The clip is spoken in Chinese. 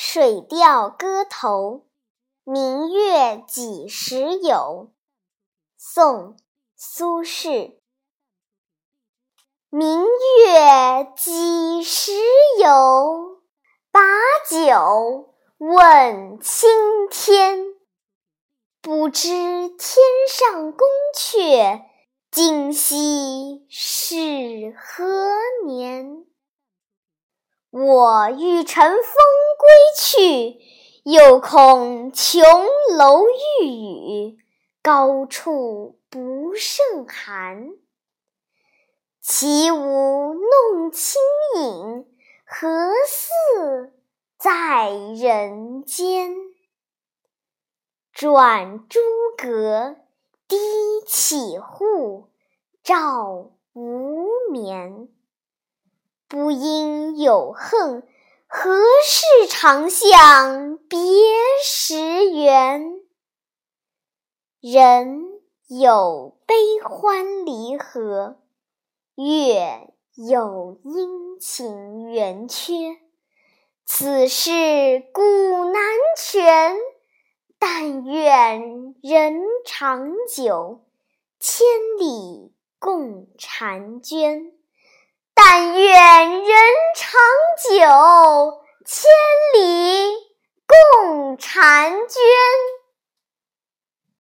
水调歌头·明月几时有？宋·苏轼。明月几时有？把酒问青天。不知天上宫阙，今夕是何年？我欲乘风归去，又恐琼楼玉宇，高处不胜寒。起舞弄清影，何似在人间？转朱阁，低绮户，照无眠。不应有恨，何事长向别时圆？人有悲欢离合，月有阴晴圆缺。此事古难全，但愿人长久，千里共婵娟。但愿人长久，千里共婵娟。